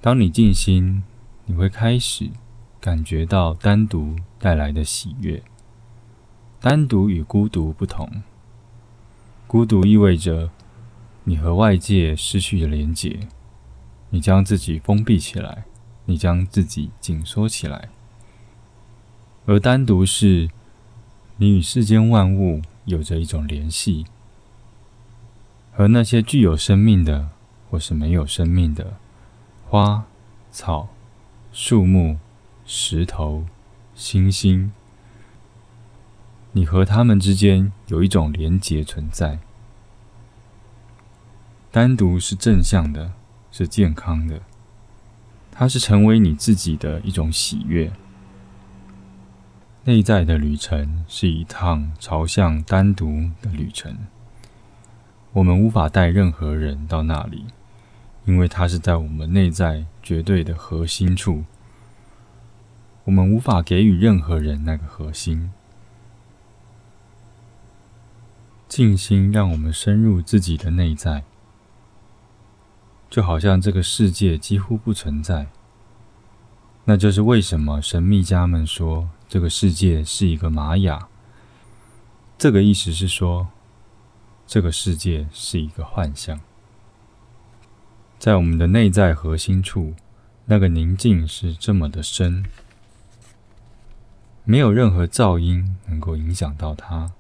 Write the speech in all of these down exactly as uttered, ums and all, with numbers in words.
当你静心，你会开始感觉到单独带来的喜悦。单独与孤独不同，孤独意味着你和外界失去了连结，你将自己封闭起来，你将自己紧缩起来。而单独是你与世间万物有着一种联系，和那些具有生命的或是没有生命的花、草、树木、石头、星星，你和它们之间有一种连结存在。单独是正向的，是健康的，它是成为你自己的一种喜悦。内在的旅程是一趟朝向单独的旅程，我们无法带任何人到那里，因为它是在我们内在绝对的核心处，我们无法给予任何人那个核心。静心让我们深入自己的内在，就好像这个世界几乎不存在。那就是为什么神秘家们说这个世界是一个玛雅。这个意思是说，这个世界是一个幻象。在我们的内在核心处，那个宁静是这么的深，没有任何噪音能够影响到它。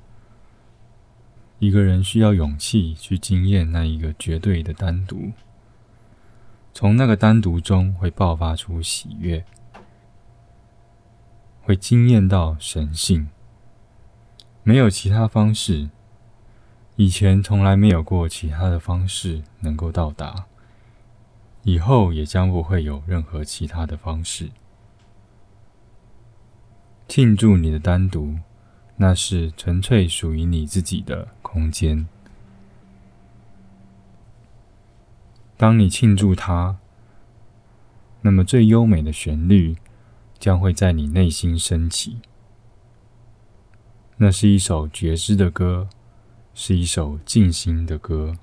一个人需要勇气去经验那一个绝对的单独，从那个单独中会爆发出喜悦，会惊艳到神性。没有其他方式，以前从来没有过其他的方式能够到达，以后也将不会有任何其他的方式。庆祝你的单独，那是纯粹属于你自己的空间。当你庆祝它，那么最优美的旋律将会在你内心升起。那是一首觉知的歌，是一首静心的歌。